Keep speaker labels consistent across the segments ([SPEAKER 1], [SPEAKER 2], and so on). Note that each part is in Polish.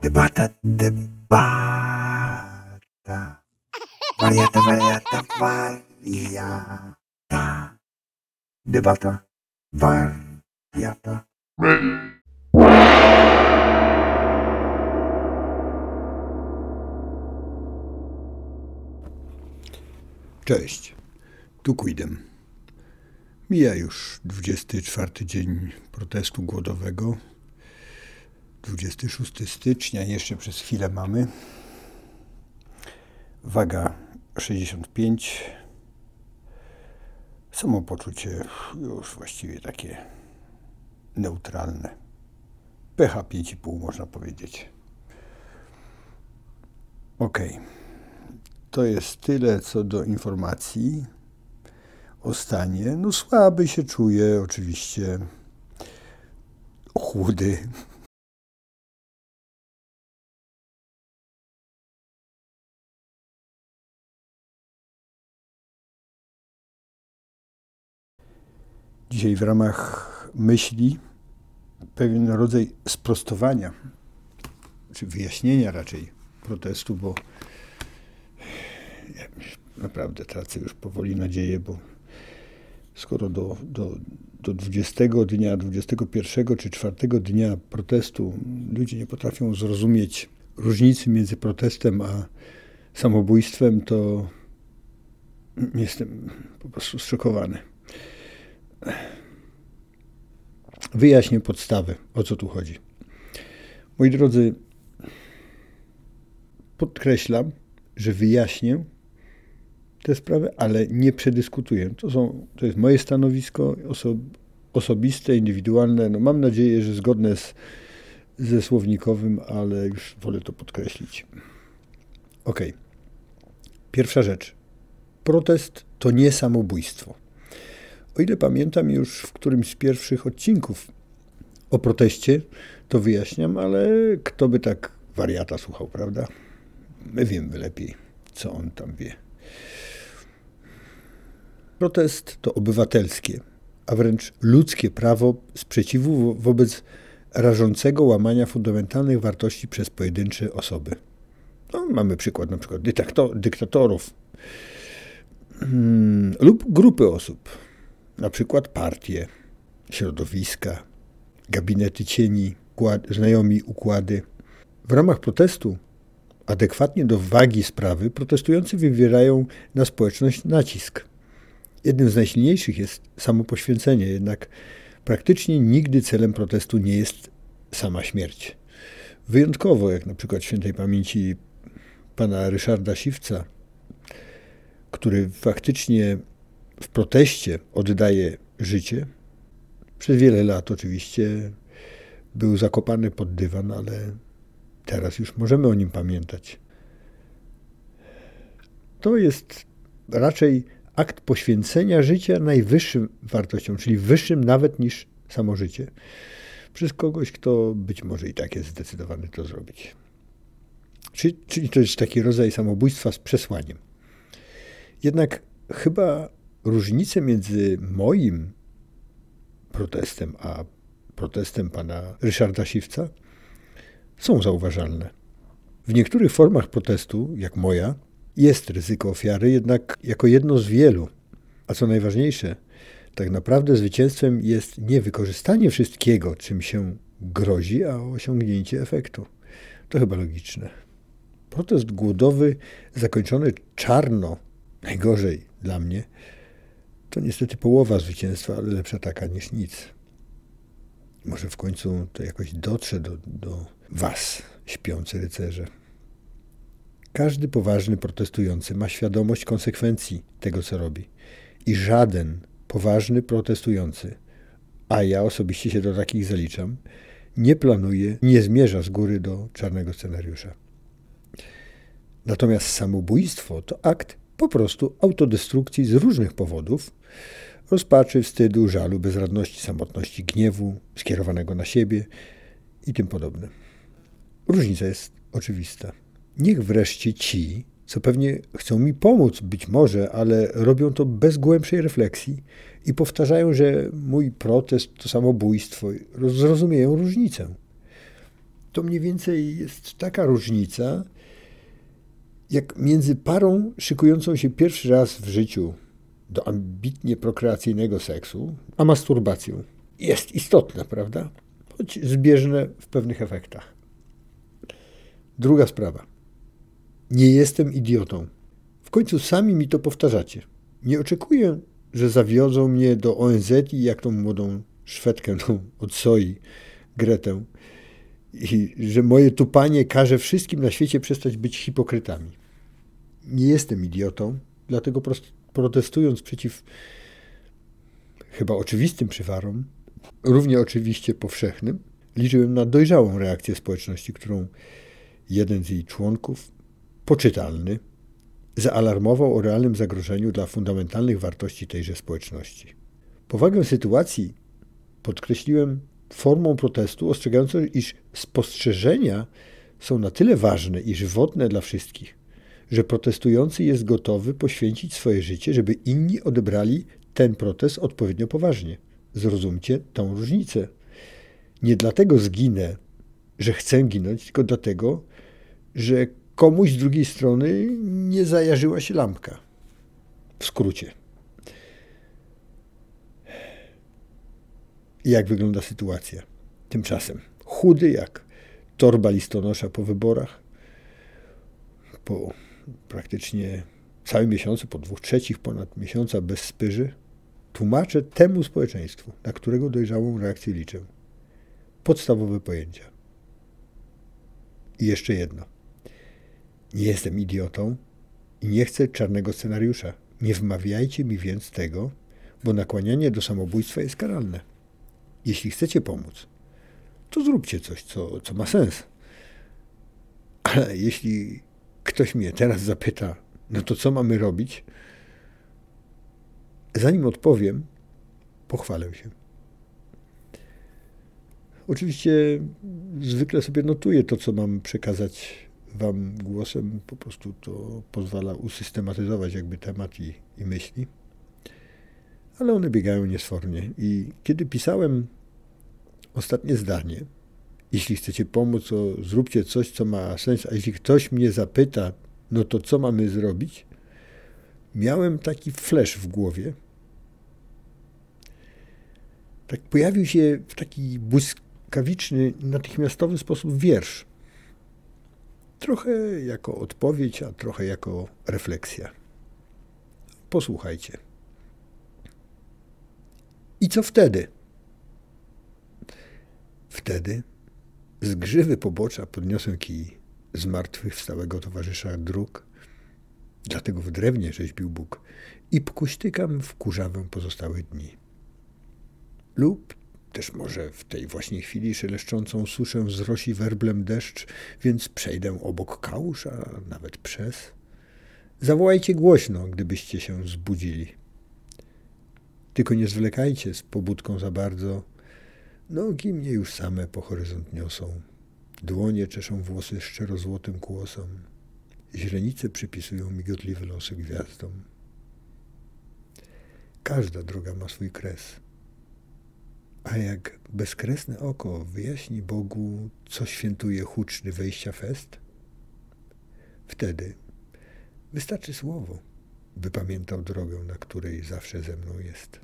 [SPEAKER 1] Debata, debata. Wariata, wariata, wariata. Debata, wariata.
[SPEAKER 2] Cześć, tu Quidem. Mija już 24 dzień protestu głodowego. 26 stycznia, jeszcze przez chwilę mamy. Waga 65. Samopoczucie już właściwie takie neutralne. pH 5,5 można powiedzieć. Okej. To jest tyle co do informacji o stanie. No słaby się czuję oczywiście. Chudy. Dzisiaj w ramach myśli pewien rodzaj sprostowania, czy wyjaśnienia raczej protestu, bo ja naprawdę tracę już powoli nadzieję, bo skoro do 20 dnia, 21 czy 4 dnia protestu ludzie nie potrafią zrozumieć różnicy między protestem a samobójstwem, to jestem po prostu zszokowany. Wyjaśnię podstawę, o co tu chodzi. Moi drodzy, podkreślam, że wyjaśnię tę sprawę, ale nie przedyskutuję. To jest moje stanowisko osobiste, indywidualne. No mam nadzieję, że zgodne ze słownikowym, ale już wolę to podkreślić. Okej. Pierwsza rzecz. Protest to nie samobójstwo. O ile pamiętam, już w którymś z pierwszych odcinków o proteście to wyjaśniam, ale kto by tak wariata słuchał, prawda? My wiemy lepiej, co on tam wie. Protest to obywatelskie, a wręcz ludzkie prawo sprzeciwu wobec rażącego łamania fundamentalnych wartości przez pojedyncze osoby. No, mamy przykład na przykład dyktatorów lub grupy osób, na przykład partie, środowiska, gabinety cieni, znajomi układy. W ramach protestu, adekwatnie do wagi sprawy, protestujący wywierają na społeczność nacisk. Jednym z najsilniejszych jest samo poświęcenie, jednak praktycznie nigdy celem protestu nie jest sama śmierć. Wyjątkowo, jak na przykład świętej pamięci pana Ryszarda Siwca, który faktycznie w proteście oddaje życie. Przez wiele lat oczywiście był zakopany pod dywan, ale teraz już możemy o nim pamiętać. To jest raczej akt poświęcenia życia najwyższym wartościom, czyli wyższym nawet niż samo życie, przez kogoś, kto być może i tak jest zdecydowany to zrobić. Czyli to jest taki rodzaj samobójstwa z przesłaniem. Jednak chyba różnice między moim protestem a protestem pana Ryszarda Siwca są zauważalne. W niektórych formach protestu, jak moja, jest ryzyko ofiary, jednak jako jedno z wielu. A co najważniejsze, tak naprawdę zwycięstwem jest nie wykorzystanie wszystkiego, czym się grozi, a osiągnięcie efektu. To chyba logiczne. Protest głodowy zakończony czarno, najgorzej dla mnie, to niestety połowa zwycięstwa, ale lepsza taka niż nic. Może w końcu to jakoś dotrze do was, śpiący rycerze. Każdy poważny protestujący ma świadomość konsekwencji tego, co robi. I żaden poważny protestujący, a ja osobiście się do takich zaliczam, nie planuje, nie zmierza z góry do czarnego scenariusza. Natomiast samobójstwo to akt po prostu autodestrukcji z różnych powodów, rozpaczy, wstydu, żalu, bezradności, samotności, gniewu skierowanego na siebie i tym podobne. Różnica jest oczywista. Niech wreszcie ci, co pewnie chcą mi pomóc być może, ale robią to bez głębszej refleksji i powtarzają, że mój protest to samobójstwo, zrozumieją różnicę. to mniej więcej jest taka różnica, jak między parą szykującą się pierwszy raz w życiu do ambitnie prokreacyjnego seksu, a masturbacją. Jest istotna, prawda? Choć zbieżne w pewnych efektach. Druga sprawa. Nie jestem idiotą. W końcu sami mi to powtarzacie. Nie oczekuję, że zawiodzą mnie do ONZ i jak tą młodą Szwedkę od soi, Gretę, i że moje tupanie każe wszystkim na świecie przestać być hipokrytami. Nie jestem idiotą, dlatego protestując przeciw chyba oczywistym przywarom, równie oczywiście powszechnym, liczyłem na dojrzałą reakcję społeczności, którą jeden z jej członków, poczytalny, zaalarmował o realnym zagrożeniu dla fundamentalnych wartości tejże społeczności. Powagę sytuacji podkreśliłem formą protestu, ostrzegającą, iż spostrzeżenia są na tyle ważne i żywotne dla wszystkich, że protestujący jest gotowy poświęcić swoje życie, żeby inni odebrali ten protest odpowiednio poważnie. Zrozumcie tą różnicę. Nie dlatego zginę, że chcę ginąć, tylko dlatego, że komuś z drugiej strony nie zajarzyła się lampka. W skrócie. I jak wygląda sytuacja? Tymczasem chudy jak torba listonosza po wyborach, po praktycznie całym miesiącu, po 2/3 ponad miesiąca bez spyży, tłumaczę temu społeczeństwu, na którego dojrzałą reakcję liczę, podstawowe pojęcia. I jeszcze jedno. Nie jestem idiotą i nie chcę czarnego scenariusza. Nie wmawiajcie mi więc tego, bo nakłanianie do samobójstwa jest karalne. Jeśli chcecie pomóc, to zróbcie coś, co ma sens. Ale jeśli ktoś mnie teraz zapyta, no to co mamy robić? Zanim odpowiem, pochwalę się. Oczywiście zwykle sobie notuję to, co mam przekazać wam głosem. Po prostu to pozwala usystematyzować jakby temat i myśli. Ale one biegają niesfornie. I kiedy pisałem ostatnie zdanie, jeśli chcecie pomóc, to zróbcie coś, co ma sens, a jeśli ktoś mnie zapyta, no to co mamy zrobić? Miałem taki flash w głowie. Tak pojawił się w taki błyskawiczny, natychmiastowy sposób wiersz. Trochę jako odpowiedź, a trochę jako refleksja. Posłuchajcie. I co wtedy? Wtedy z grzywy pobocza podniosę kij zmartwychwstałego towarzysza dróg, dlatego w drewnie rzeźbił Bóg, i pkuśtykam w kurzawę pozostałe dni. Lub też może w tej właśnie chwili szeleszczącą suszę zrosi werblem deszcz, więc przejdę obok kałuż, a nawet przez. Zawołajcie głośno, gdybyście się zbudzili. Tylko nie zwlekajcie z pobudką za bardzo. Nogi mnie już same po horyzont niosą. Dłonie czeszą włosy szczerozłotym kłosom. Źrenice przypisują migotliwe losy gwiazdom. Każda droga ma swój kres. A jak bezkresne oko wyjaśni Bogu, co świętuje huczny wejścia fest, wtedy wystarczy słowo, by pamiętał drogę, na której zawsze ze mną jest.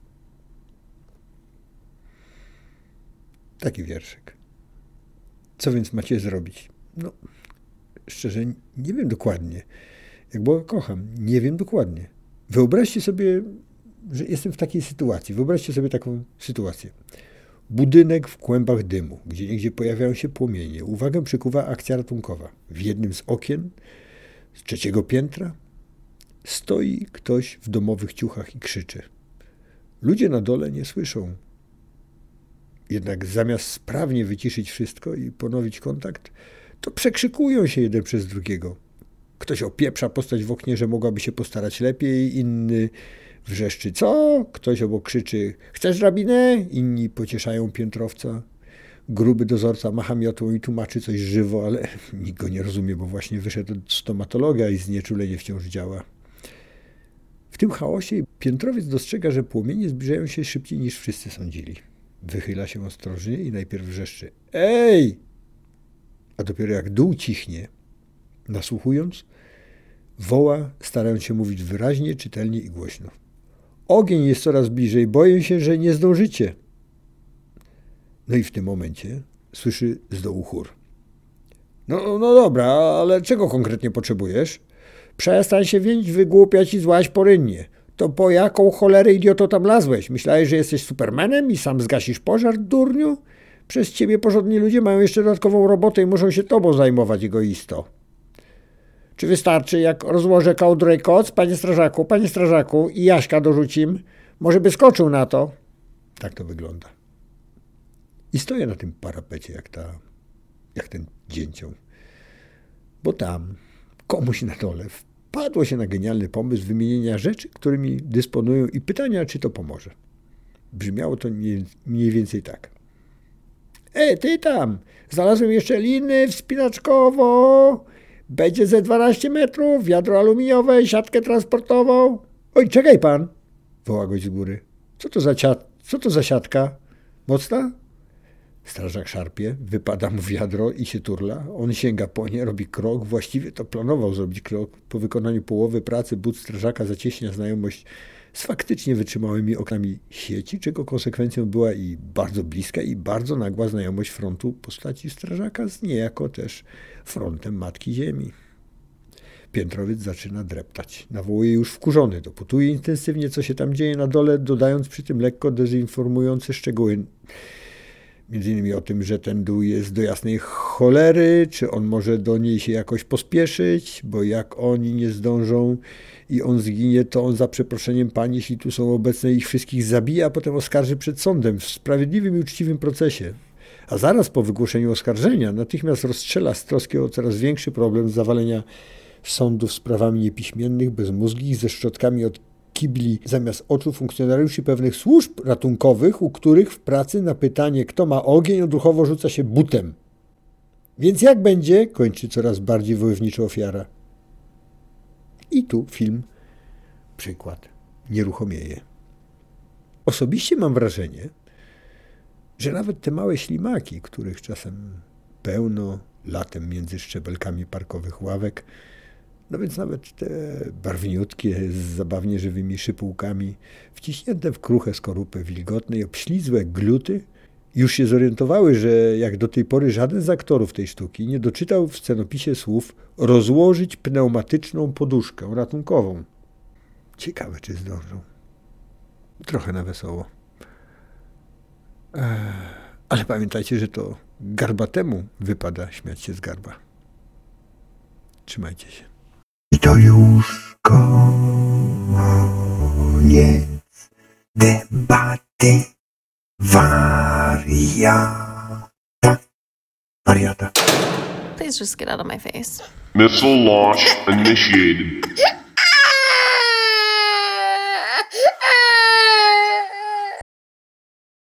[SPEAKER 2] Taki wierszyk. Co więc macie zrobić? No, szczerze, nie wiem dokładnie. Jak Boga kocham, nie wiem dokładnie. Wyobraźcie sobie, że jestem w takiej sytuacji. Wyobraźcie sobie taką sytuację. Budynek w kłębach dymu, gdzieniegdzie pojawiają się płomienie. Uwagę przykuwa akcja ratunkowa. W jednym z okien, z 3. piętra, stoi ktoś w domowych ciuchach i krzyczy. Ludzie na dole nie słyszą. Jednak zamiast sprawnie wyciszyć wszystko i ponowić kontakt, to przekrzykują się jeden przez drugiego. Ktoś opieprza postać w oknie, że mogłaby się postarać lepiej, inny wrzeszczy co? Ktoś obok krzyczy chcesz drabinę? Inni pocieszają piętrowca. Gruby dozorca macha miotłą i tłumaczy coś żywo, ale nikt go nie rozumie, bo właśnie wyszedł od stomatologa i znieczulenie wciąż działa. W tym chaosie piętrowiec dostrzega, że płomienie zbliżają się szybciej niż wszyscy sądzili. Wychyla się ostrożnie i najpierw wrzeszczy ej! a dopiero jak dół cichnie, nasłuchując, woła, starając się mówić wyraźnie, czytelnie i głośno. Ogień jest coraz bliżej, boję się, że nie zdążycie. No i w tym momencie słyszy z dołu chór. No dobra, ale czego konkretnie potrzebujesz? Przestań się więc wygłupiać i złaź porynnie. To po jaką cholerę idioto tam lazłeś? Myślałeś, że jesteś Supermanem i sam zgasisz pożar, durniu? Przez ciebie porządni ludzie mają jeszcze dodatkową robotę i muszą się tobą zajmować, egoisto. Czy wystarczy, jak rozłożę kołdrę i koc, panie strażaku, i Jaśka dorzucim? Może by skoczył na to? Tak to wygląda. I stoję na tym parapecie, jak ten dzięcioł. Bo tam, komuś na dole, wpadło się na genialny pomysł wymienienia rzeczy, którymi dysponują i pytania, czy to pomoże. Brzmiało to mniej więcej tak. Ty tam, znalazłem jeszcze liny wspinaczkowo, będzie ze 12 metrów, wiadro aluminiowe, siatkę transportową. Oj, czekaj pan, woła gość z góry. Co to za siatka? Mocna? Strażak szarpie, wypada mu wiadro i się turla. On sięga po nie, robi krok. Właściwie to planował zrobić krok. Po wykonaniu połowy pracy but strażaka zacieśnia znajomość z faktycznie wytrzymałymi oknami sieci, czego konsekwencją była i bardzo bliska i bardzo nagła znajomość frontu postaci strażaka z niejako też frontem Matki Ziemi. Piętrowiec zaczyna dreptać. Nawołuje już wkurzony. Dopytuje intensywnie, co się tam dzieje na dole, dodając przy tym lekko dezinformujące szczegóły. Między innymi o tym, że ten dół jest do jasnej cholery, czy on może do niej się jakoś pospieszyć, bo jak oni nie zdążą i on zginie, to on za przeproszeniem pań, jeśli tu są obecne, ich wszystkich zabija, a potem oskarży przed sądem w sprawiedliwym i uczciwym procesie. A zaraz po wygłoszeniu oskarżenia natychmiast rozstrzela z troski o coraz większy problem zawalenia sądów sprawami niepiśmiennych, bezmózgich, ze szczotkami od kibli zamiast oczu funkcjonariuszy pewnych służb ratunkowych, u których w pracy na pytanie, kto ma ogień, odruchowo rzuca się butem. Więc jak będzie? Kończy coraz bardziej wojowniczo ofiara. I tu film, przykład, nieruchomieje. Osobiście mam wrażenie, że nawet te małe ślimaki, których czasem pełno latem między szczebelkami parkowych ławek, no więc nawet te barwniutkie, z zabawnie żywymi szypułkami, wciśnięte w kruche skorupę wilgotne i obślizłe gluty, już się zorientowały, że jak do tej pory żaden z aktorów tej sztuki nie doczytał w scenopisie słów rozłożyć pneumatyczną poduszkę ratunkową. Ciekawe, czy zdążą. Trochę na wesoło. Ale pamiętajcie, że to garbatemu wypada śmiać się z garba. Trzymajcie się.
[SPEAKER 1] I to już koniec debaty wariata.
[SPEAKER 3] Please just get out of my face.
[SPEAKER 4] Missile launch initiated.